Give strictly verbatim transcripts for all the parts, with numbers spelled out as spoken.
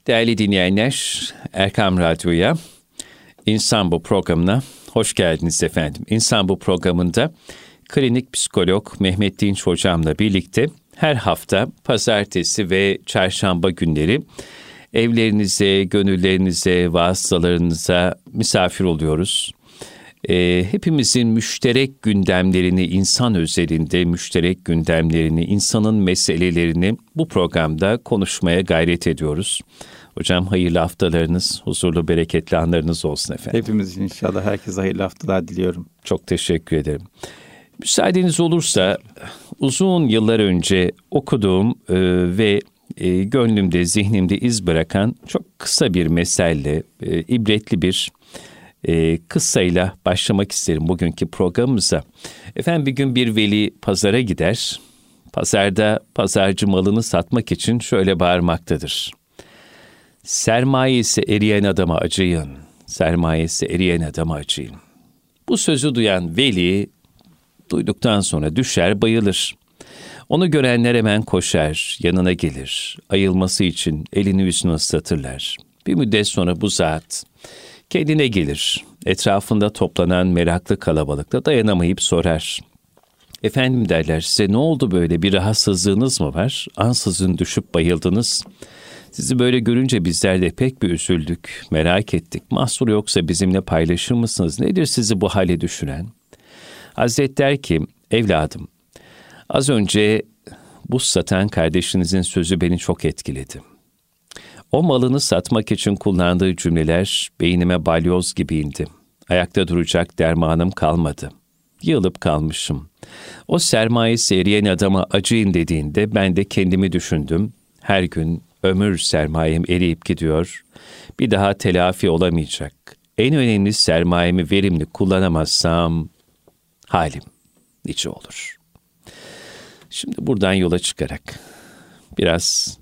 Değerli dinleyenler, Erkam Radyo'ya, İnsan Bu programına hoş geldiniz efendim. İnsan Bu programında klinik psikolog Mehmet Dinç hocamla birlikte her hafta pazartesi ve çarşamba günleri evlerinize, gönüllerinize, vasıtalarınıza misafir oluyoruz. Ee, hepimizin müşterek gündemlerini, insan özelinde müşterek gündemlerini, insanın meselelerini bu programda konuşmaya gayret ediyoruz. Hocam hayırlı haftalarınız, huzurlu, bereketli anlarınız olsun efendim. Hepimiz için inşallah herkese hayırlı haftalar diliyorum. Çok teşekkür ederim. Müsaadeniz olursa uzun yıllar önce okuduğum e, ve e, gönlümde, zihnimde iz bırakan çok kısa bir meselle, e, ibretli bir e, kıssayla başlamak isterim bugünkü programımıza. Efendim bir gün bir veli pazara gider, pazarda pazarcı malını satmak için şöyle bağırmaktadır. Sermayesi eriyen adama acıyın, sermayesi eriyen adama acıyın. Bu sözü duyan veli duyduktan sonra düşer bayılır. Onu görenler hemen koşar, yanına gelir. Ayılması için elini yüzünü ıslatırlar. Bir müddet sonra bu zat kendine gelir. Etrafında toplanan meraklı kalabalıkta dayanamayıp sorar. Efendim derler, size ne oldu böyle, bir rahatsızlığınız mı var? Ansızın düşüp bayıldınız. Sizi böyle görünce bizler de pek bir üzüldük, merak ettik. Mahsur yoksa bizimle paylaşır mısınız? Nedir sizi bu hale düşüren? Hazret der ki, evladım, az önce buz satan kardeşinizin sözü beni çok etkiledi. O malını satmak için kullandığı cümleler beynime balyoz gibi indi. Ayakta duracak dermanım kalmadı. Yığılıp kalmışım. O sermayesi eriyen adama acıyın dediğinde ben de kendimi düşündüm. Her gün ömür sermayem eriyip gidiyor. Bir daha telafi olamayacak. En önemli sermayemi verimli kullanamazsam halim nice olur. Şimdi buradan yola çıkarak biraz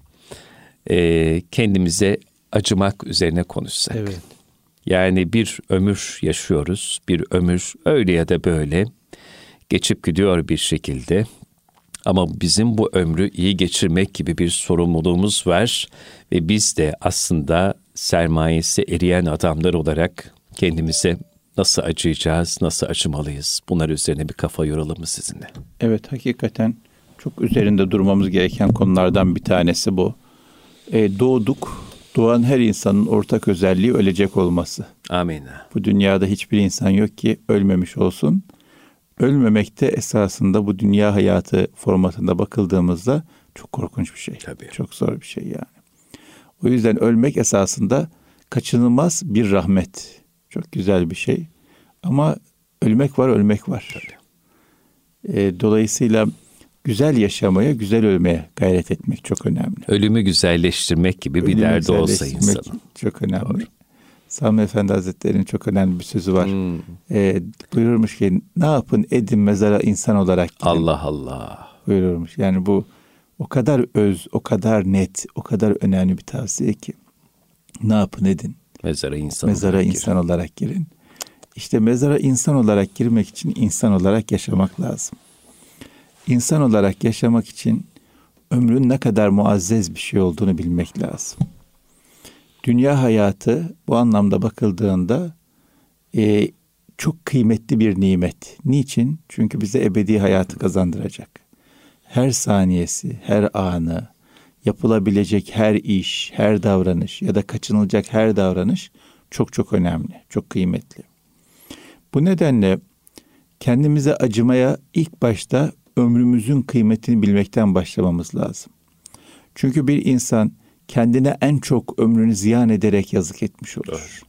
e, kendimize acımak üzerine konuşsak. Evet. Yani bir ömür yaşıyoruz, bir ömür öyle ya da böyle geçip gidiyor bir şekilde. Ama bizim bu ömrü iyi geçirmek gibi bir sorumluluğumuz var ve biz de aslında sermayesi eriyen adamlar olarak kendimize nasıl acıyacağız, nasıl acımalıyız? Bunlar üzerine bir kafa yoralım mı sizinle? Evet, hakikaten çok üzerinde durmamız gereken konulardan bir tanesi bu. E, doğduk, doğan her insanın ortak özelliği ölecek olması. Amin. Bu dünyada hiçbir insan yok ki ölmemiş olsun. Ölmemek de esasında bu dünya hayatı formatında bakıldığımızda çok korkunç bir şey. Tabii. Çok zor bir şey yani. O yüzden ölmek esasında kaçınılmaz bir rahmet. Çok güzel bir şey. Ama ölmek var, ölmek var. Tabii. E, dolayısıyla güzel yaşamaya, güzel ölmeye gayret etmek çok önemli. Ölümü güzelleştirmek gibi bir Ölümü derdi olsa insanın. Çok önemli. Doğru. Sami Efendi Hazretleri'nin çok önemli bir sözü var. Hmm. E, buyurmuş ki ne yapın edin mezara insan olarak gidin. Allah Allah. Buyurmuş. Yani bu o kadar öz, o kadar net, o kadar önemli bir tavsiye ki. Ne yapın edin. Mezara insan Mezara olarak insan girin. olarak girin. İşte mezara insan olarak girmek için insan olarak yaşamak lazım. İnsan olarak yaşamak için ömrün ne kadar muazzez bir şey olduğunu bilmek lazım. Dünya hayatı bu anlamda bakıldığında e, çok kıymetli bir nimet. Niçin? Çünkü bize ebedi hayatı kazandıracak. Her saniyesi, her anı, yapılabilecek her iş, her davranış ya da kaçınılacak her davranış çok çok önemli, çok kıymetli. Bu nedenle kendimize acımaya ilk başta ömrümüzün kıymetini bilmekten başlamamız lazım. Çünkü bir insan kendine en çok ömrünü ziyan ederek yazık etmiş olur. Doğru.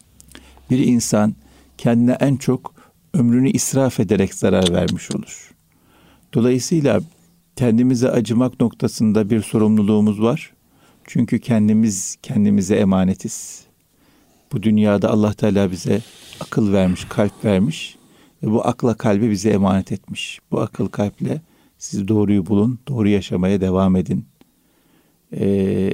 Bir insan kendine en çok ömrünü israf ederek zarar vermiş olur. Dolayısıyla kendimize acımak noktasında bir sorumluluğumuz var. Çünkü kendimiz kendimize emanetiz. Bu dünyada Allah Teala bize akıl vermiş, kalp vermiş ve bu akla kalbi bize emanet etmiş. Bu akıl kalple siz doğruyu bulun, doğru yaşamaya devam edin. Ee,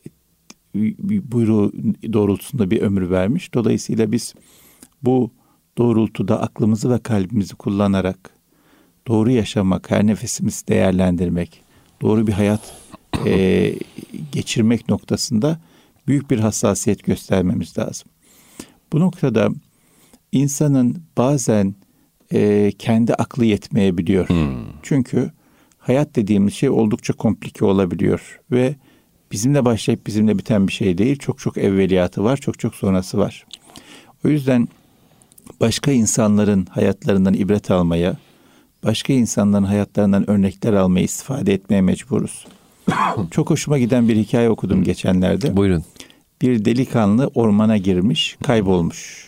buyruğu doğrultusunda bir ömür vermiş. Dolayısıyla biz bu doğrultuda aklımızı ve kalbimizi kullanarak doğru yaşamak, her nefesimizi değerlendirmek, doğru bir hayat e, geçirmek noktasında büyük bir hassasiyet göstermemiz lazım. Bu noktada insanın bazen e, kendi aklı yetmeyebiliyor. Hmm. Çünkü hayat dediğimiz şey oldukça komplike olabiliyor ve bizimle başlayıp bizimle biten bir şey değil. Çok çok evveliyatı var, çok çok sonrası var. O yüzden başka insanların hayatlarından ibret almaya, başka insanların hayatlarından örnekler almaya, istifade etmeye mecburuz. Çok hoşuma giden bir hikaye okudum geçenlerde. Buyurun. Bir delikanlı ormana girmiş, kaybolmuş.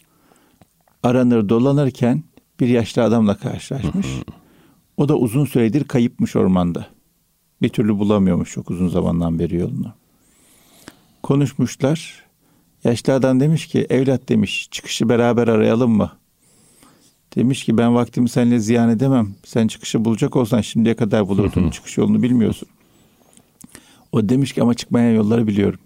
Aranır dolanırken bir yaşlı adamla karşılaşmış. O da uzun süredir kayıpmış ormanda. Bir türlü bulamıyormuş çok uzun zamandan beri yolunu. Konuşmuşlar. Yaşlı adam demiş ki, evlat demiş, çıkışı beraber arayalım mı? Demiş ki, ben vaktimi seninle ziyan edemem. Sen çıkışı bulacak olsan şimdiye kadar bulurdun. Çıkış yolunu bilmiyorsun. O demiş ki, ama çıkmayan yolları biliyorum.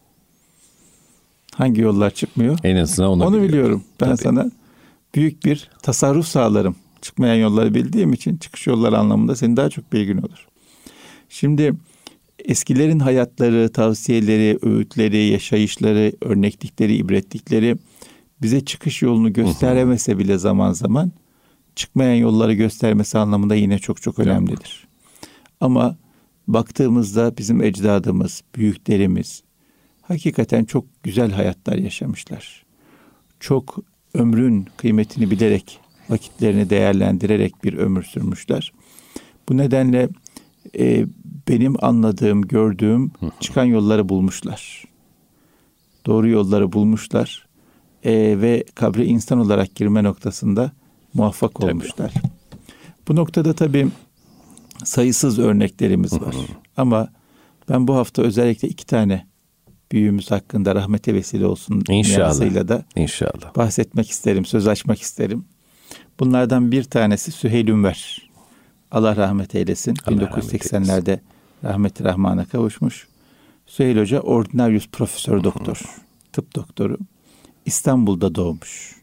Hangi yollar çıkmıyor? En azından onu, onu biliyorum. biliyorum. Ben Tabii. sana büyük bir tasarruf sağlarım. Çıkmayan yolları bildiğim için çıkış yolları anlamında senin daha çok bilgin olur. Şimdi eskilerin hayatları, tavsiyeleri, öğütleri, yaşayışları, örneklikleri, ibretlikleri bize çıkış yolunu gösteremese bile zaman zaman çıkmayan yolları göstermesi anlamında yine çok çok önemlidir. Ama baktığımızda bizim ecdadımız, büyüklerimiz hakikaten çok güzel hayatlar yaşamışlar. Çok ömrün kıymetini bilerek, vakitlerini değerlendirerek bir ömür sürmüşler. Bu nedenle e, benim anladığım, gördüğüm çıkan yolları bulmuşlar. Doğru yolları bulmuşlar. E, ve kabre insan olarak girme noktasında muvaffak tabii. olmuşlar. Bu noktada tabii sayısız örneklerimiz var. Ama ben bu hafta özellikle iki tane büyüğümüz hakkında rahmete vesile olsun niyazıyla da İnşallah. bahsetmek isterim, söz açmak isterim. Bunlardan bir tanesi Süheyl Ünver. Allah rahmet eylesin. Allah bin dokuz yüz seksenlerde rahmet, rahmet-i rahmana kavuşmuş. Süheyl Hoca ordinaryus profesör doktor, tıp doktoru. İstanbul'da doğmuş.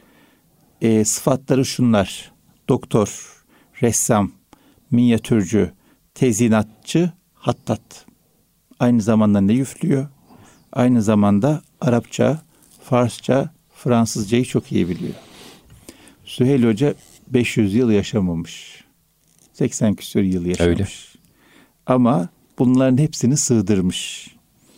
E, sıfatları şunlar: doktor, ressam, minyatürcü, tezyinatçı, hattat. Aynı zamanda ne üflüyor? Aynı zamanda Arapça, Farsça, Fransızcayı çok iyi biliyor. Süheyl Hoca beş yüz yıl yaşamamış. seksen küsur yıl yaşamış. Öyle. Ama bunların hepsini sığdırmış.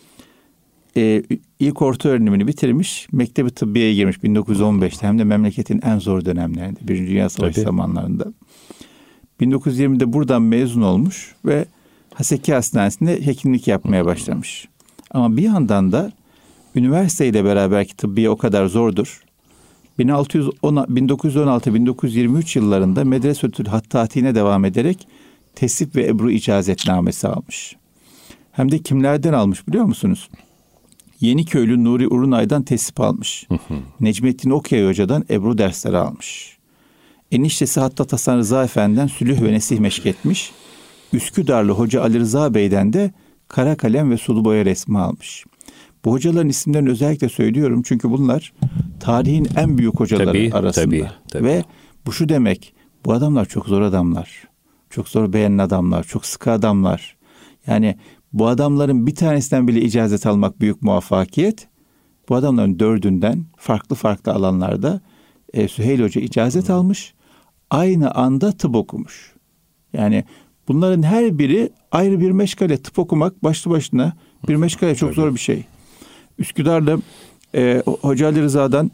Ee, ilk orta öğrenimini bitirmiş. Mektebi tıbbiyeye girmiş bin dokuz yüz on beşte. Hem de memleketin en zor dönemlerinde. Birinci Dünya Savaşı Tabii. zamanlarında. bin dokuz yüz yirmide buradan mezun olmuş ve Haseki Hastanesi'nde hekimlik yapmaya başlamış. Ama bir yandan da üniversiteyle beraberki tıbbiye o kadar zordur. bin dokuz yüz on altı bin dokuz yüz yirmi üç yıllarında Medresetül Hattati'ne devam ederek tesip ve ebru icazetnamesi almış. Hem de kimlerden almış biliyor musunuz? Yeniköylü Nuri Urunay'dan tesip almış. Hı hı. Necmettin Okyay Hoca'dan ebru dersleri almış. Eniştesi Hattat Hasan Rıza Efendi'den sülüh ve nesih meşk etmiş. Üsküdarlı Hoca Ali Rıza Bey'den de kara kalem ve sulu boya resmi almış. Bu hocaların isimlerini özellikle söylüyorum çünkü bunlar tarihin en büyük hocaları tabii, arasında. Tabii, tabii. Ve bu şu demek, bu adamlar çok zor adamlar. Çok zor beğenen adamlar, çok sıkı adamlar. Yani bu adamların bir tanesinden bile icazet almak büyük muvaffakiyet. Bu adamların dördünden farklı farklı alanlarda e, Süheyl Hoca icazet hmm. almış. Aynı anda tıp okumuş. Yani bunların her biri ayrı bir meşgale. Tıp okumak başlı başına bir meşgale, çok zor bir şey. Üsküdar'da e, Hoca Ali Rıza'dan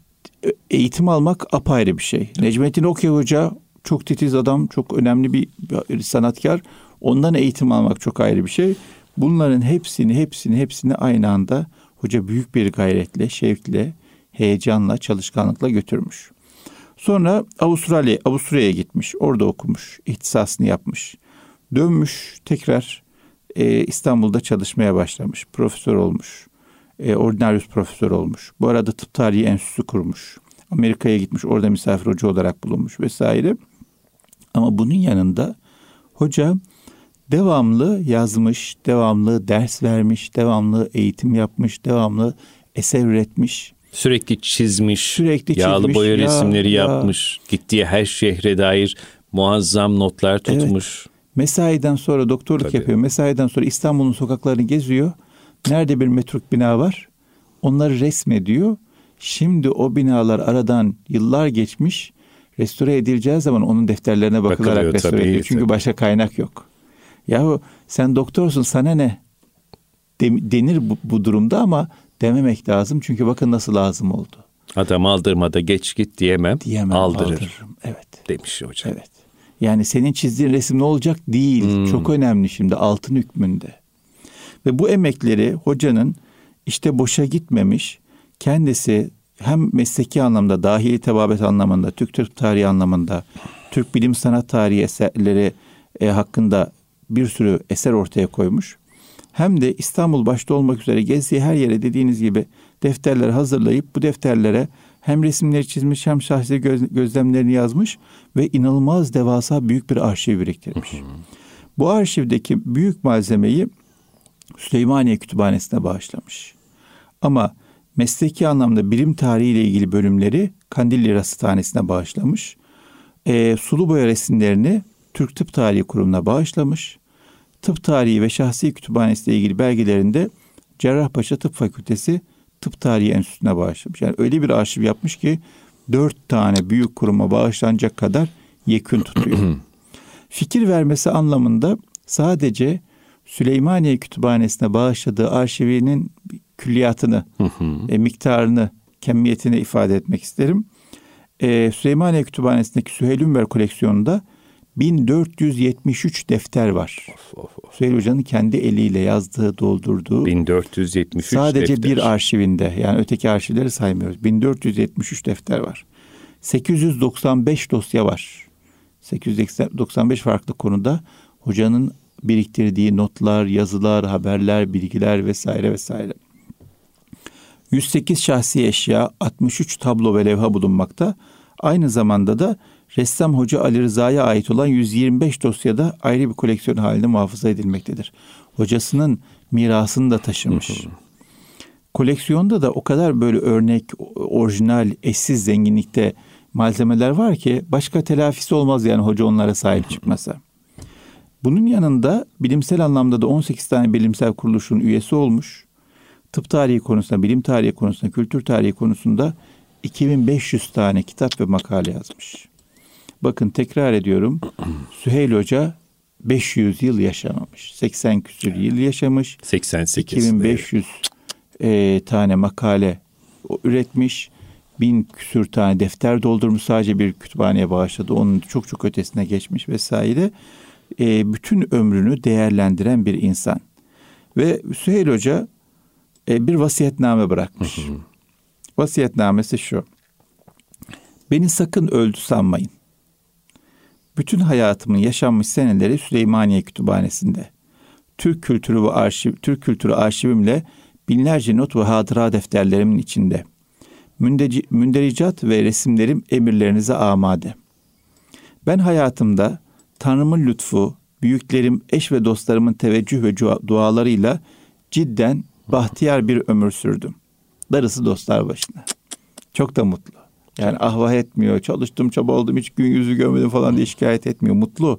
eğitim almak apayrı bir şey. Necmettin Okyay Hoca çok titiz adam, çok önemli bir, bir sanatkar. Ondan eğitim almak çok ayrı bir şey. Bunların hepsini, hepsini, hepsini aynı anda hoca büyük bir gayretle, şevkle, heyecanla, çalışkanlıkla götürmüş. Sonra Avustralya, Avusturya'ya gitmiş. Orada okumuş, ihtisasını yapmış. Dönmüş, tekrar e, İstanbul'da çalışmaya başlamış. Profesör olmuş. E, ordinaryus profesör olmuş. Bu arada tıp tarihi enstitüsü kurmuş. Amerika'ya gitmiş. Orada misafir hoca olarak bulunmuş vesaire. Ama bunun yanında hoca devamlı yazmış, devamlı ders vermiş, devamlı eğitim yapmış, devamlı eser üretmiş. Sürekli çizmiş, sürekli yağlı çizmiş, boya ya, resimleri ya. yapmış. Gittiği her şehre dair muazzam notlar tutmuş. Evet. Mesaiden sonra doktorluk Tabii. yapıyor. Mesaiden sonra İstanbul'un sokaklarını geziyor. Nerede bir metruk bina var? Onları resmediyor. Şimdi o binalar aradan yıllar geçmiş. Restore edileceği zaman onun defterlerine bakılarak Bakılıyor, restore tabii, ediliyor. Çünkü tabii. başka kaynak yok. Yahu sen doktorsun, sana ne denir bu, bu durumda, ama dememek lazım. Çünkü bakın nasıl lazım oldu. Adam aldırmada geç git diyemem. Diyemem, aldırır. aldırırım. Evet. Demiş hocam. Evet. Yani senin çizdiğin resim ne olacak değil. Hmm. Çok önemli şimdi altın hükmünde. Ve bu emekleri hocanın işte boşa gitmemiş. Kendisi hem mesleki anlamda, dahili tebabet anlamında, Türk Türk tarihi anlamında, Türk bilim sanat tarihi eserleri e, hakkında bir sürü eser ortaya koymuş. Hem de İstanbul başta olmak üzere gezdiği her yere dediğiniz gibi defterler hazırlayıp bu defterlere hem resimleri çizmiş hem şahsi göz, gözlemlerini yazmış ve inanılmaz devasa büyük bir arşiv biriktirmiş. Hı hı. Bu arşivdeki büyük malzemeyi Süleymaniye Kütüphanesi'ne bağışlamış. Ama mesleki anlamda bilim tarihiyle ilgili bölümleri Kandilli Rasathanesi'ne bağışlamış. E, sulu boya resimlerini Türk Tıp Tarihi Kurumu'na bağışlamış. Tıp Tarihi ve Şahsi Kütüphanesi ile ilgili belgelerinde Cerrahpaşa Tıp Fakültesi Tıp Tarihi Enstitüsü'ne bağışlamış. Yani öyle bir arşiv yapmış ki dört tane büyük kuruma bağışlanacak kadar yekün tutuyor. Fikir vermesi anlamında sadece Süleymaniye Kütüphanesi'ne bağışladığı arşivinin külliyatını, e, miktarını, kemiyetini ifade etmek isterim. E, Süleymaniye Kütüphanesi'ndeki Süheyl Ünver koleksiyonunda bin dört yüz yetmiş üç defter var. Of, of, of. Süheyl Hoca'nın kendi eliyle yazdığı, doldurduğu. bin dört yüz yetmiş üç sadece defter. bir arşivinde, yani öteki arşivleri saymıyoruz. bin dört yüz yetmiş üç defter var. sekiz yüz doksan beş dosya var. sekiz yüz doksan beş farklı konuda hocanın biriktirdiği notlar, yazılar, haberler, bilgiler vesaire vesaire. yüz sekiz şahsi eşya, altmış üç tablo ve levha bulunmakta. Aynı zamanda da ressam Hoca Ali Rıza'ya ait olan yüz yirmi beş dosyada ayrı bir koleksiyon halinde muhafaza edilmektedir. Hocasının mirasını da taşımış. Hı hı. Koleksiyonda da o kadar böyle örnek, orijinal, eşsiz zenginlikte malzemeler var ki başka telafisi olmaz yani hoca onlara sahip çıkmasa. Bunun yanında bilimsel anlamda da on sekiz tane bilimsel kuruluşun üyesi olmuş. Tıp tarihi konusunda, bilim tarihi konusunda, kültür tarihi konusunda iki bin beş yüz tane kitap ve makale yazmış. Bakın tekrar ediyorum. Süheyl Hoca beş yüz yıl yaşamamış. seksen küsur yıl yaşamış. seksen sekiz. iki bin beş yüz e, tane makale üretmiş. Bin küsur tane defter doldurmuş. Sadece bir kütüphaneye bağışladı. Onun çok çok ötesine geçmiş vesaire. E, bütün ömrünü değerlendiren bir insan. Ve Süheyl Hoca e, bir vasiyetname bırakmış. Hı hı. Vasiyetnamesi şu: beni sakın öldü sanmayın. Bütün hayatımın yaşanmış seneleri Süleymaniye Kütüphanesi'nde. Türk kültürü ve arşiv, Türk kültürü arşivimle binlerce not ve hatıra defterlerimin içinde. Mündeci, mündericat ve resimlerim emirlerinize amade. Ben hayatımda Tanrım'ın lütfu, büyüklerim, eş ve dostlarımın teveccüh ve dualarıyla cidden bahtiyar bir ömür sürdüm. Darısı dostlar başına. Çok da mutlu. Yani ahvah etmiyor. Çalıştım, çabaladım, hiç gün yüzü görmedim falan diye şikayet etmiyor. Mutlu.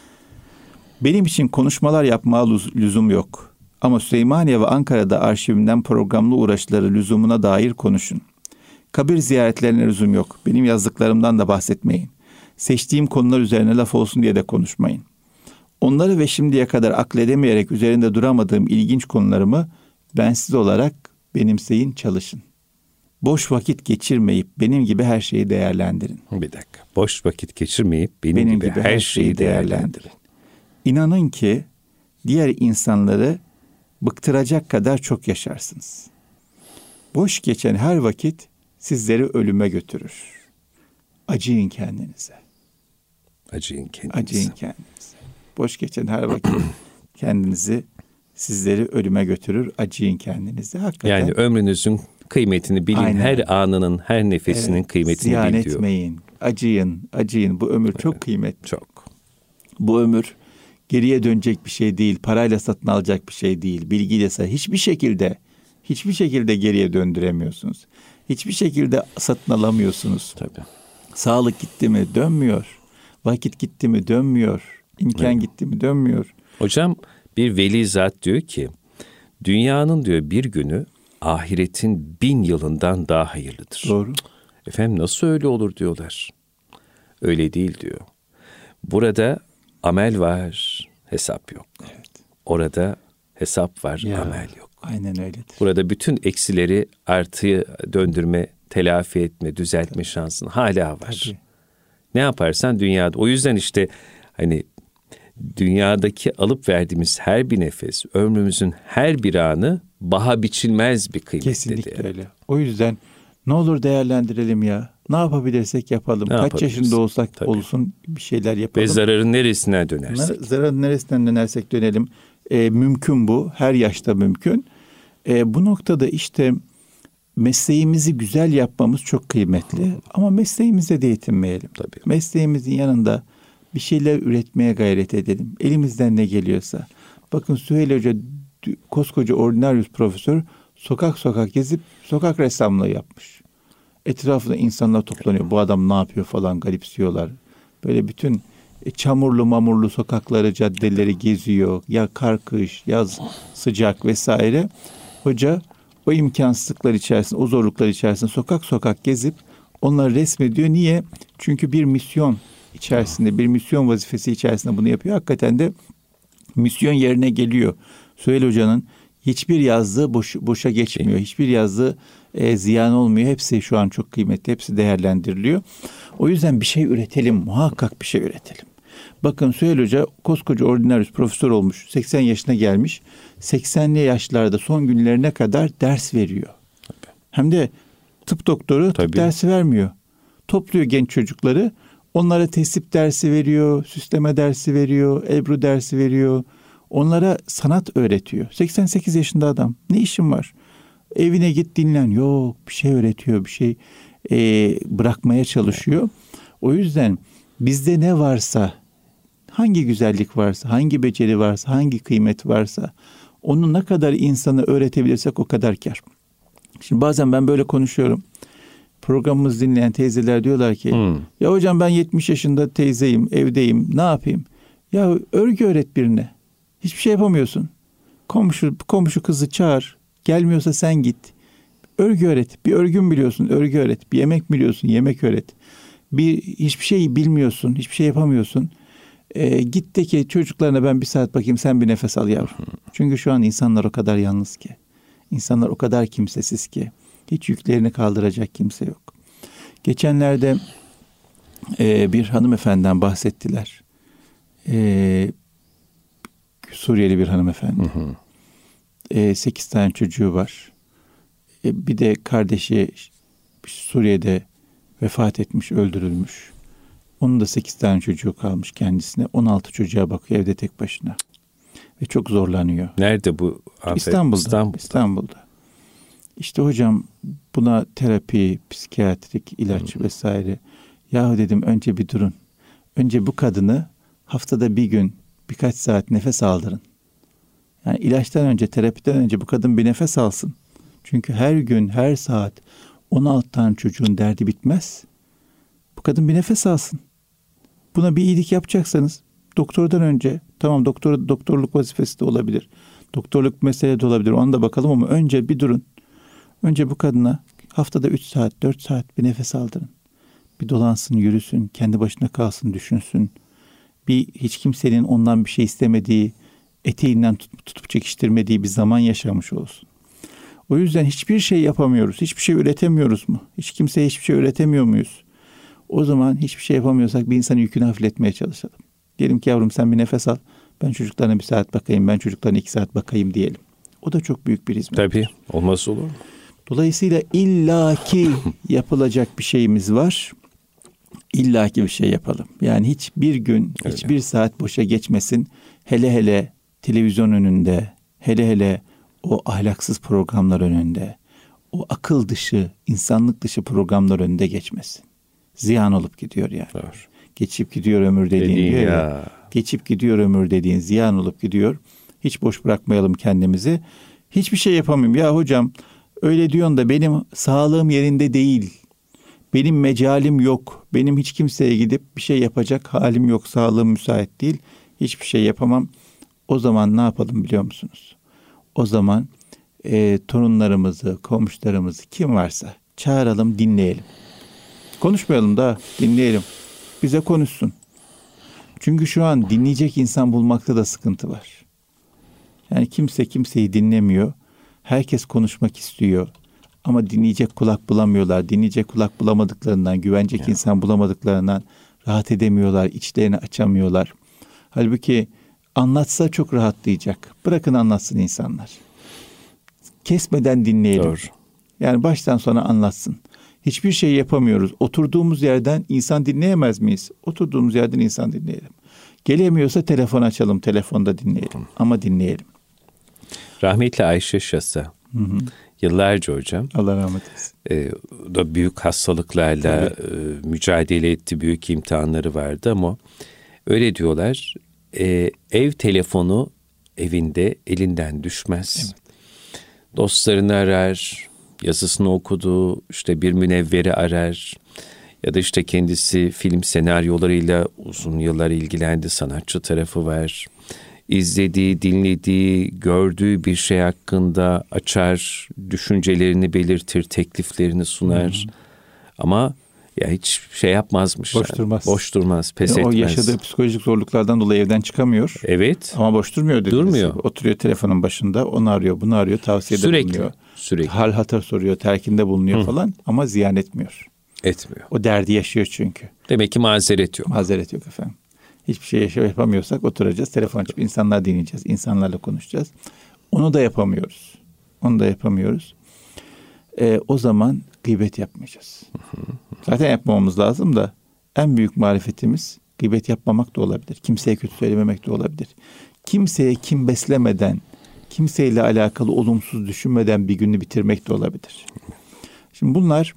Benim için konuşmalar yapmaya lüzum yok. Ama Süleymaniye ve Ankara'da arşivimden programlı uğraşları lüzumuna dair konuşun. Kabir ziyaretlerine lüzum yok. Benim yazdıklarımdan da bahsetmeyin. Seçtiğim konular üzerine laf olsun diye de konuşmayın. Onları ve şimdiye kadar akledemeyerek üzerinde duramadığım ilginç konularımı bensiz olarak benimseyin, çalışın. Boş vakit geçirmeyip benim gibi her şeyi değerlendirin. Bir dakika. Boş vakit geçirmeyip benim, benim gibi, gibi her şeyi değerlendirin. değerlendirin. İnanın ki diğer insanları bıktıracak kadar çok yaşarsınız. Boş geçen her vakit sizleri ölüme götürür. Acıyın kendinize. Acıyın kendinize. Acıyın kendinize. Boş geçen her vakit kendinizi, sizleri ölüme götürür. Acıyın kendinize. Hakikaten. Yani ömrünüzün kıymetini bilin. Aynen. Her anının, her nefesinin evet, kıymetini ziyan bil diyor. Etmeyin. Acıyın, acıyın. Bu ömür evet, çok kıymetli. Çok. Bu ömür geriye dönecek bir şey değil. Parayla satın alacak bir şey değil. Bilgiyle satın. Hiçbir şekilde, hiçbir şekilde geriye döndüremiyorsunuz. Hiçbir şekilde satın alamıyorsunuz. Tabii. Sağlık gitti mi dönmüyor. Vakit gitti mi dönmüyor. İmkan evet. gitti mi dönmüyor. Hocam bir veli zat diyor ki, Dünyanın diyor bir günü ahiretin bin yılından daha hayırlıdır. Doğru. Efendim nasıl öyle olur diyorlar. Öyle değil diyor. Burada amel var, hesap yok. Evet. Orada hesap var, Ya, amel yok. Aynen öyledir. Burada bütün eksileri artıya döndürme, telafi etme, düzeltme Tabii. şansın hala var. Tabii. Ne yaparsan dünyada. O yüzden işte hani dünyadaki alıp verdiğimiz her bir nefes, ömrümüzün her bir anı baha biçilmez bir kıymetli. Kesinlikle yani. Öyle. O yüzden ne olur değerlendirelim ya. Ne yapabilirsek yapalım. Ne Kaç yaşında olsak Tabii. olsun bir şeyler yapalım. Ve zararın neresine dönersek. Zararın neresinden dönersek dönelim. E, mümkün bu. Her yaşta mümkün. E, bu noktada işte mesleğimizi güzel yapmamız çok kıymetli. Ama mesleğimize de yetinmeyelim. Tabii. Mesleğimizin yanında bir şeyler üretmeye gayret edelim. Elimizden ne geliyorsa. Bakın Süheyl Hoca koskoca ordinaryus profesör sokak sokak gezip sokak ressamlığı yapmış. Etrafında insanlar toplanıyor. Bu adam ne yapıyor falan garipsiyorlar. Böyle bütün çamurlu mamurlu sokakları, caddeleri geziyor. Ya kar kış, yaz sıcak vesaire. Hoca o imkansızlıklar içerisinde, o zorluklar içerisinde sokak sokak gezip onları resmediyor. Niye? Çünkü bir misyon içerisinde, bir misyon vazifesi içerisinde bunu yapıyor. Hakikaten de misyon yerine geliyor. Süheyl Hoca'nın hiçbir yazdığı boş, boşa geçmiyor. Hiçbir yazdığı e, ziyan olmuyor. Hepsi şu an çok kıymetli. Hepsi değerlendiriliyor. O yüzden bir şey üretelim. Muhakkak bir şey üretelim. Bakın Süheyl Hoca koskoca ordinaryus profesör olmuş. seksen yaşına gelmiş. seksenli yaşlarda son günlerine kadar ders veriyor. Tabii. Hem de tıp doktoru tıp Tabii. dersi vermiyor. Topluyor genç çocukları. Onlara tesip dersi veriyor. Süsleme dersi veriyor. Ebru dersi veriyor. Onlara sanat öğretiyor. seksen sekiz yaşında adam. Ne işin var? Evine git dinlen. Yok, bir şey öğretiyor. Bir şey e, bırakmaya çalışıyor. O yüzden bizde ne varsa, hangi güzellik varsa, hangi beceri varsa, hangi kıymet varsa onu ne kadar insana öğretebilirsek o kadar kâr. Şimdi bazen ben böyle konuşuyorum. Programımızı dinleyen teyzeler diyorlar ki hmm. ya hocam ben yetmiş yaşında teyzeyim, evdeyim. Ne yapayım? Ya örgü öğret birine. Hiçbir şey yapamıyorsun. Komşu komşu kızı çağır. Gelmiyorsa sen git. Örgü öğret. Bir örgü mü biliyorsun? Örgü öğret. Bir yemek biliyorsun? Yemek öğret. Bir hiçbir şey bilmiyorsun. Hiçbir şey yapamıyorsun. Ee, git de ki çocuklarına ben bir saat bakayım sen bir nefes al yavrum. Çünkü şu an insanlar o kadar yalnız ki. İnsanlar o kadar kimsesiz ki. Hiç yüklerini kaldıracak kimse yok. Geçenlerde e, bir hanımefendiden bahsettiler. E, Suriyeli bir hanımefendi. Hı hı. E, sekiz tane çocuğu var. E, bir de kardeşi Suriye'de vefat etmiş, öldürülmüş. Onun da sekiz tane çocuğu kalmış kendisine. on altı çocuğa bakıyor evde tek başına. Ve çok zorlanıyor. Nerede bu? Afet? İstanbul'da. İstanbul'da. İstanbul'da. İşte hocam buna terapi, psikiyatrik, ilaç hmm. vesaire. Yahu dedim önce bir durun. Önce bu kadını haftada bir gün birkaç saat nefes aldırın. Yani ilaçtan önce, terapiden önce bu kadın bir nefes alsın. Çünkü her gün, her saat on altı tane çocuğun derdi bitmez. Bu kadın bir nefes alsın. Buna bir iyilik yapacaksanız doktordan önce, tamam doktor doktorluk vazifesi de olabilir. Doktorluk mesele de olabilir. Ona da bakalım ama önce bir durun. Önce bu kadına haftada üç saat, dört saat bir nefes aldırın. Bir dolansın, yürüsün, kendi başına kalsın, düşünsün. Bir hiç kimsenin ondan bir şey istemediği, eteğinden tutup, tutup çekiştirmediği bir zaman yaşamış olsun. O yüzden hiçbir şey yapamıyoruz. Hiçbir şey üretemiyoruz mu? Hiç kimseye hiçbir şey üretemiyor muyuz? O zaman hiçbir şey yapamıyorsak bir insanın yükünü hafifletmeye çalışalım. Diyelim ki yavrum sen bir nefes al. Ben çocuklarına bir saat bakayım. Ben çocuklarına iki saat bakayım diyelim. O da çok büyük bir hizmet. Tabii. Olmaz olur mu? Dolayısıyla illaki yapılacak bir şeyimiz var. İllaki bir şey yapalım. Yani hiçbir gün, Öyle. hiçbir saat boşa geçmesin. Hele hele televizyon önünde, hele hele o ahlaksız programlar önünde, o akıl dışı, insanlık dışı programlar önünde geçmesin. Ziyan olup gidiyor yani. Doğru. Geçip gidiyor ömür dediğin, dediğin diyor ya. ya. Geçip gidiyor ömür dediğin ziyan olup gidiyor. Hiç boş bırakmayalım kendimizi. Hiçbir şey yapamıyorum. Ya hocam öyle diyorsun da benim sağlığım yerinde değil. Benim mecalim yok. Benim hiç kimseye gidip bir şey yapacak halim yok. Sağlığım müsait değil. Hiçbir şey yapamam. O zaman ne yapalım biliyor musunuz? O zaman e, torunlarımızı, komşularımızı kim varsa çağıralım, dinleyelim. Konuşmayalım da dinleyelim. Bize konuşsun. Çünkü şu an dinleyecek insan bulmakta da sıkıntı var. Yani kimse kimseyi dinlemiyor. Herkes konuşmak istiyor. Ama dinleyecek kulak bulamıyorlar. Dinleyecek kulak bulamadıklarından, güvenecek ya. insan bulamadıklarından rahat edemiyorlar. İçlerini açamıyorlar. Halbuki anlatsa çok rahatlayacak. Bırakın anlatsın insanlar. Kesmeden dinleyelim. Doğru. Yani baştan sona anlatsın. Hiçbir şey yapamıyoruz. Oturduğumuz yerden insan dinleyemez miyiz? Oturduğumuz yerden insan dinleyelim. Gelemiyorsa telefon açalım, telefonda dinleyelim. Hı. Ama dinleyelim. Rahmetli Ayşe Şasa, hı hı. yıllarca hocam. Allah rahmet eylesin. E, da büyük hastalıklarla e, mücadele etti, büyük imtihanları vardı ama öyle diyorlar. E, ev telefonu evinde elinden düşmez. Evet. Dostlarını arar, yazısını okudu, işte bir münevveri arar ya da işte kendisi film senaryolarıyla uzun yıllar ilgilendi, sanatçı tarafı var. İzlediği, dinlediği, gördüğü bir şey hakkında açar, düşüncelerini belirtir, tekliflerini sunar. Hmm. Ama ya hiç şey yapmazmış. Boş yani. durmaz. Boş durmaz, pes yani etmez. O yaşadığı psikolojik zorluklardan dolayı evden çıkamıyor. Evet. Ama boş durmuyor dediniz. Durmuyor. Oturuyor telefonun başında, onu arıyor, bunu arıyor, tavsiyede sürekli, bulunuyor. Sürekli. Hal hatır soruyor, telkinde bulunuyor Hı. falan ama ziyan etmiyor. Etmiyor. O derdi yaşıyor çünkü. Demek ki mazeret yok. Mazeret yok efendim. Hiçbir şey yaşa- yapamıyorsak oturacağız, telefon açıp insanlar dinleyeceğiz, insanlarla konuşacağız. Onu da yapamıyoruz. Onu da yapamıyoruz. Ee, o zaman gıybet yapmayacağız. Hı hı. Zaten yapmamamız lazım da en büyük marifetimiz gıybet yapmamak da olabilir. Kimseye kötü söylememek de olabilir. Kimseye kin beslemeden, kimseyle alakalı olumsuz düşünmeden bir günü bitirmek de olabilir. Şimdi bunlar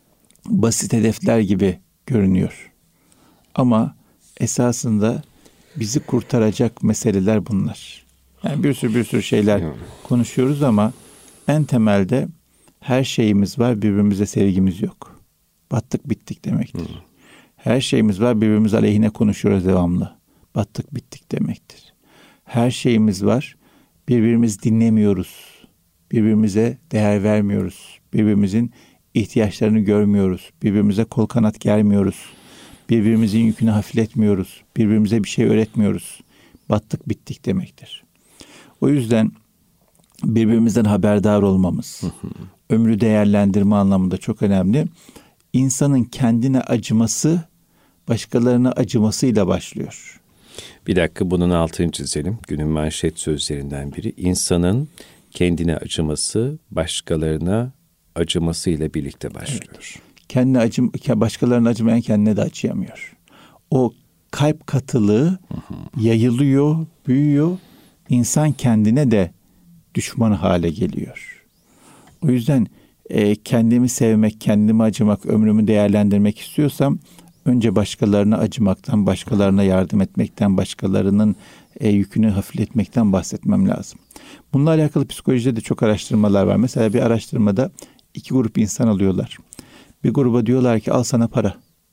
basit hedefler gibi görünüyor. Ama esasında bizi kurtaracak meseleler bunlar. Yani bir sürü bir sürü şeyler konuşuyoruz ama en temelde her şeyimiz var, birbirimize sevgimiz yok. Battık bittik demektir. Hı. Her şeyimiz var, birbirimiz aleyhine konuşuyoruz devamlı. Battık bittik demektir. Her şeyimiz var, birbirimiz dinlemiyoruz. Birbirimize değer vermiyoruz. Birbirimizin ihtiyaçlarını görmüyoruz. Birbirimize kol kanat germiyoruz. Birbirimizin yükünü hafifletmiyoruz. Birbirimize bir şey öğretmiyoruz. Battık bittik demektir. O yüzden birbirimizden haberdar olmamız, hı hı. ömrü değerlendirme anlamında çok önemli. İnsanın kendine acıması, başkalarına acımasıyla başlıyor. Bir dakika, bunun altını çizelim. Günün manşet sözlerinden biri. İnsanın kendine acıması, başkalarına acımasıyla birlikte başlıyor. Evet. Kendine acım, başkalarına acımayan kendine de acıyamıyor. O kalp katılığı hı hı. yayılıyor, büyüyor. İnsan kendine de düşman hale geliyor. O yüzden e, kendimi sevmek, kendimi acımak, ömrümü değerlendirmek istiyorsam önce başkalarına acımaktan, başkalarına yardım etmekten, başkalarının e, yükünü hafifletmekten bahsetmem lazım. Bununla alakalı psikolojide de çok araştırmalar var. Mesela bir araştırmada iki grup insan alıyorlar. Bir gruba diyorlar ki al sana para.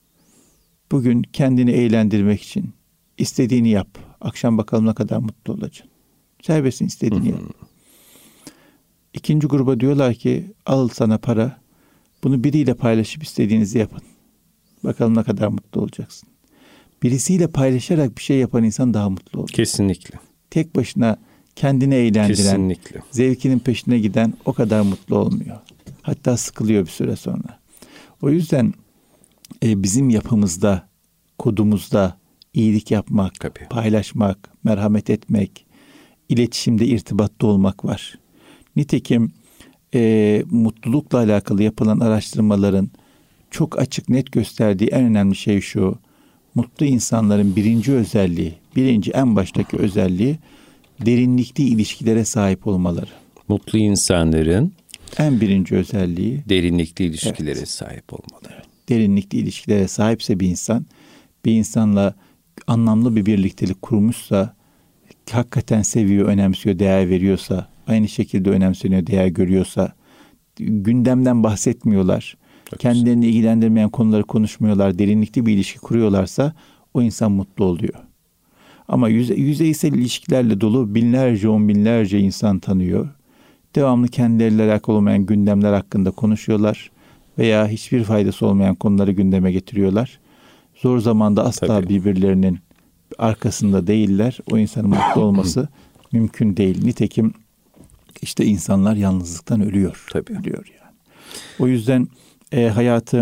Bugün kendini eğlendirmek için istediğini yap. Akşam bakalım ne kadar mutlu olacaksın. Serbestsin, istediğini yap. İkinci gruba diyorlar ki al sana para. Bunu biriyle paylaşıp istediğinizi yapın. Bakalım ne kadar mutlu olacaksın. Birisiyle paylaşarak bir şey yapan insan daha mutlu olur. Kesinlikle. Tek başına kendini eğlendiren, kesinlikle. Zevkinin peşine giden o kadar mutlu olmuyor. Hatta sıkılıyor bir süre sonra. O yüzden e, bizim yapımızda, kodumuzda iyilik yapmak, Tabii. paylaşmak, merhamet etmek, iletişimde, irtibatta olmak var. Nitekim e, mutlulukla alakalı yapılan araştırmaların çok açık net gösterdiği en önemli şey şu. Mutlu insanların birinci özelliği, birinci en baştaki özelliği derinlikli ilişkilere sahip olmaları. Mutlu insanların en birinci özelliği derinlikli ilişkilere evet. sahip olmaları. Evet. Derinlikli ilişkilere sahipse bir insan, bir insanla anlamlı bir birliktelik kurmuşsa, hakikaten seviyor, önemsiyor, değer veriyorsa, aynı şekilde önemseniyor, değer görüyorsa, gündemden bahsetmiyorlar, Çok kendilerini güzel. ilgilendirmeyen konuları konuşmuyorlar, derinlikli bir ilişki kuruyorlarsa o insan mutlu oluyor. Ama yüze, yüzeysel ilişkilerle dolu binlerce, on binlerce insan tanıyor. devamlı kendileriyle alakalı olmayan gündemler hakkında konuşuyorlar veya hiçbir faydası olmayan konuları gündeme getiriyorlar. Zor zamanda asla Tabii. birbirlerinin arkasında değiller. O insanın mutlu olması mümkün değil. Nitekim işte insanlar yalnızlıktan ölüyor. Tabii. Ölüyor yani. O yüzden e, hayatı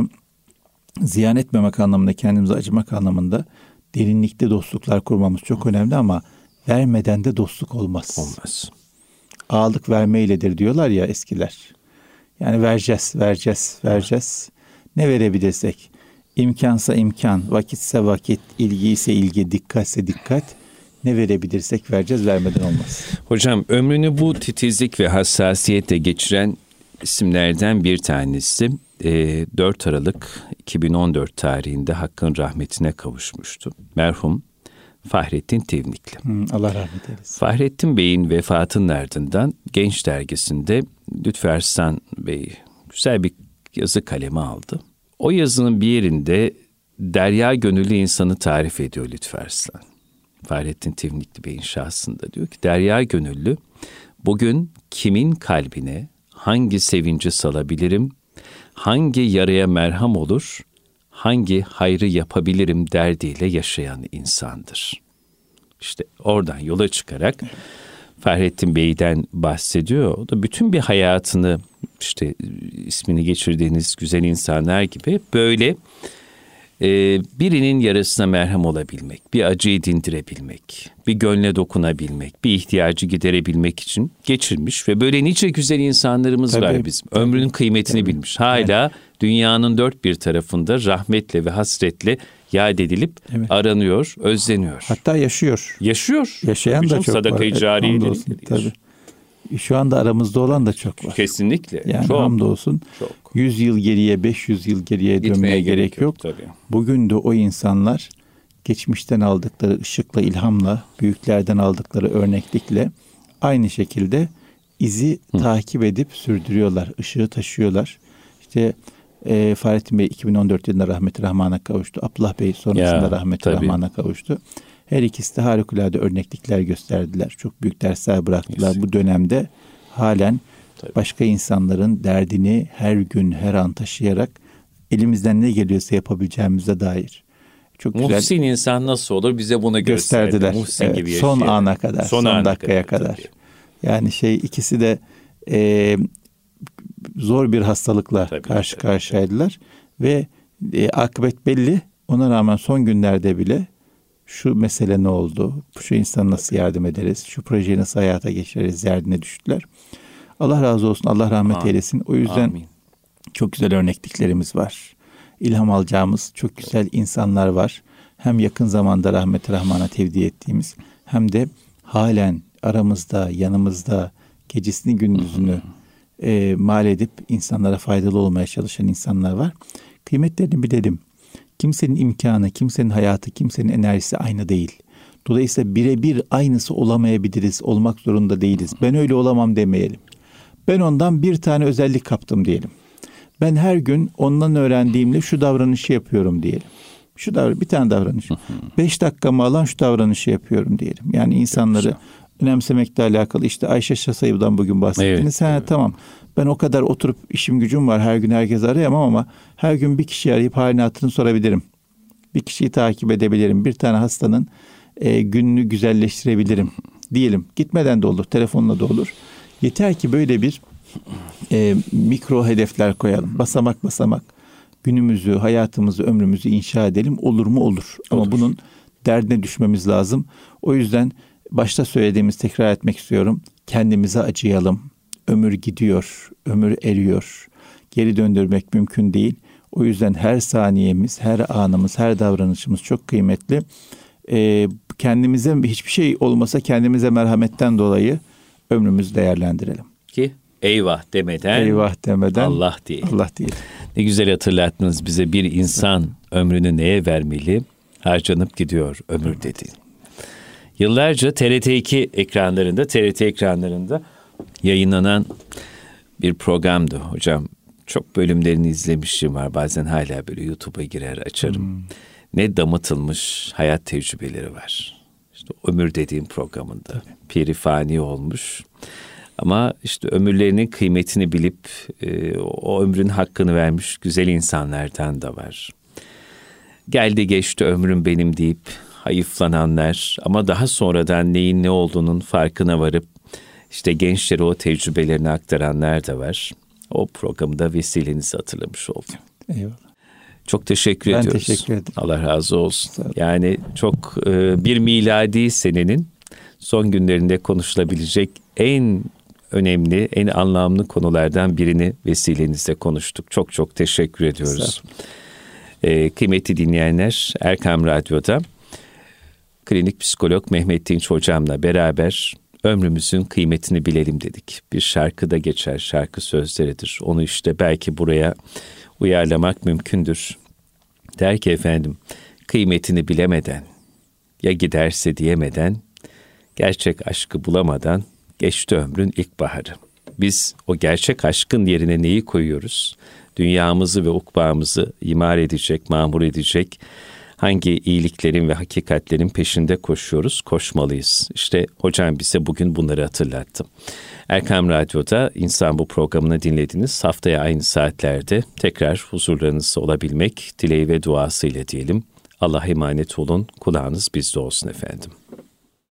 ziyan etmemek anlamında, kendimize acımak anlamında derinlikte dostluklar kurmamız çok önemli ama vermeden de dostluk olmaz. Olmaz. Ağalık vermeyledir diyorlar ya eskiler. Yani vereceğiz, vereceğiz, vereceğiz. Ne verebilirsek. İmkansa imkan, vakitse vakit, ilgi ise ilgi, dikkatse dikkat. Ne verebilirsek vereceğiz, vermeden olmaz. Hocam ömrünü bu titizlik ve hassasiyetle geçiren isimlerden bir tanesi dört Aralık iki bin on dört tarihinde Hakk'ın rahmetine kavuşmuştu. Merhum Fahrettin Tevnikli. Hmm, Allah rahmet eylesin. Fahrettin Bey'in vefatının ardından Genç Dergisi'nde Lütfü Arslan Bey güzel bir yazı kaleme aldı. O yazının bir yerinde derya gönüllü insanı tarif ediyor Lütfü Arslan. Fahrettin Tevnikli Bey'in şahsında diyor ki derya gönüllü bugün kimin kalbine hangi sevinci salabilirim, hangi yaraya merham olur, hangi hayrı yapabilirim derdiyle yaşayan insandır. İşte oradan yola çıkarak Fahrettin Bey'den bahsediyor. O da bütün bir hayatını işte ismini geçirdiğiniz güzel insanlar gibi böyle e, birinin yarasına merhem olabilmek, bir acıyı dindirebilmek, bir gönle dokunabilmek, bir ihtiyacı giderebilmek için geçirmiş ve böyle nice güzel insanlarımız Tabii. var bizim. Ömrünün kıymetini Tabii. bilmiş. Hala evet. dünyanın dört bir tarafında rahmetle ve hasretle yad edilip evet. aranıyor, özleniyor. Hatta yaşıyor. Yaşıyor. Yaşayan da çok Sadaka-i var. cariye Hamdolsun. Tabii. Şu anda aramızda olan da çok var. Kesinlikle. Yani çok, hamdolsun. Çok. yüz yıl geriye, beş yüz yıl geriye Gitmeye dönmeye gerek, gerek yok. yok. Bugün de o insanlar geçmişten aldıkları ışıkla, ilhamla, büyüklerden aldıkları örneklikle aynı şekilde izi Hı. takip edip sürdürüyorlar. Işığı taşıyorlar. İşte e, Fahrettin Bey iki bin on dört yılında rahmet-i rahmana kavuştu. Abdullah Bey sonrasında rahmet-i rahmana kavuştu. Her ikisi de harikulade örneklikler gösterdiler. Çok büyük dersler bıraktılar. Kesinlikle. Bu dönemde halen Tabii. başka insanların derdini her gün, her an taşıyarak elimizden ne geliyorsa yapabileceğimize dair. Çok Muhsin güzel insan nasıl olur bize bunu gösterdiler. Muhsin evet, gibi yaşayan. Son ana kadar, son, son dakikaya kadar. kadar. Yani şey ikisi de e, zor bir hastalıkla tabii, karşı tabii, karşıyaydılar. Tabii. Ve e, akıbet belli. Ona rağmen son günlerde bile şu mesele ne oldu? Şu insana nasıl yardım ederiz? Şu projeyi nasıl hayata geçiririz? Derdine düştüler. Allah razı olsun. Allah rahmet Amin. eylesin. O yüzden Amin. çok güzel örnekliklerimiz var. İlham alacağımız çok güzel insanlar var. Hem yakın zamanda rahmet-i rahmana tevdi ettiğimiz hem de halen aramızda, yanımızda gecesini gündüzünü e, mal edip insanlara faydalı olmaya çalışan insanlar var. Kıymetlerini bilelim. Kimsenin imkanı, kimsenin hayatı, kimsenin enerjisi aynı değil. Dolayısıyla birebir aynısı olamayabiliriz, olmak zorunda değiliz. Ben öyle olamam demeyelim. Ben ondan bir tane özellik kaptım diyelim. Ben her gün ondan öğrendiğimle şu davranışı yapıyorum diyelim. Şu davran bir tane davranış. Beş dakikamı alan şu davranışı yapıyorum diyelim. Yani insanları önemsemekle alakalı işte Ayşe Şasayıb'dan bugün bahsettiniz. Evet, ha, evet. Tamam. Ben o kadar oturup işim gücüm var. Her gün herkes arayamam ama her gün bir kişi arayıp halini hatırını sorabilirim. Bir kişiyi takip edebilirim. Bir tane hastanın e, gününü güzelleştirebilirim diyelim. Gitmeden de olur. Telefonla da olur. Yeter ki böyle bir e, mikro hedefler koyalım. Basamak basamak günümüzü, hayatımızı, ömrümüzü inşa edelim. Olur mu? Olur. Ama olur. Bunun derdine düşmemiz lazım. O yüzden başta söylediğimiz tekrar etmek istiyorum. Kendimize acıyalım. Ömür gidiyor, ömür eriyor. Geri döndürmek mümkün değil. O yüzden her saniyemiz, her anımız, her davranışımız çok kıymetli. Ee, kendimize hiçbir şey olmasa kendimize merhametten dolayı ömrümüzü değerlendirelim. Ki eyvah demeden, eyvah demeden Allah değil. Allah değil. Ne güzel hatırlattınız bize, bir insan ömrünü neye vermeli? Harcanıp gidiyor ömür evet. dedi. Yıllarca T R T iki ekranlarında, T R T ekranlarında yayınlanan bir programdı hocam. Çok bölümlerini izlemişim var. Bazen hala böyle YouTube'a girer açarım. Hmm. Ne damıtılmış hayat tecrübeleri var. İşte ömür dediğim programında. Tabii. Piri fani olmuş. Ama işte ömürlerinin kıymetini bilip e, o ömrün hakkını vermiş güzel insanlardan da var. Geldi geçti ömrüm benim deyip hayıflananlar ama daha sonradan neyin ne olduğunun farkına varıp işte gençlere o tecrübelerini aktaranlar da var. O programda vesilenizi hatırlamış oldum. Eyvallah. Çok teşekkür ben ediyoruz. Ben teşekkür ederim. Allah razı olsun. Yani çok e, bir miladi senenin son günlerinde konuşulabilecek en önemli, en anlamlı konulardan birini vesilenizle konuştuk. Çok çok teşekkür ediyoruz. E, kıymetli dinleyenler, Erkam Radyo'da klinik psikolog Mehmet Dinç hocamla beraber ömrümüzün kıymetini bilelim dedik. Bir şarkıda geçer, şarkı sözleridir. Onu işte belki buraya uyarlamak mümkündür. Der ki efendim, kıymetini bilemeden, ya giderse diyemeden, gerçek aşkı bulamadan geçti ömrün ilkbaharı. Biz o gerçek aşkın yerine neyi koyuyoruz? Dünyamızı ve ukbağımızı imar edecek, mamur edecek hangi iyiliklerin ve hakikatlerin peşinde koşuyoruz, koşmalıyız. İşte hocam bize bugün bunları hatırlattı. Erkam Radyo'da İnsan Bu programını dinlediniz. Haftaya aynı saatlerde tekrar huzurlarınızda olabilmek dileği ve duasıyla diyelim. Allah'a emanet olun, kulağınız bizde olsun efendim.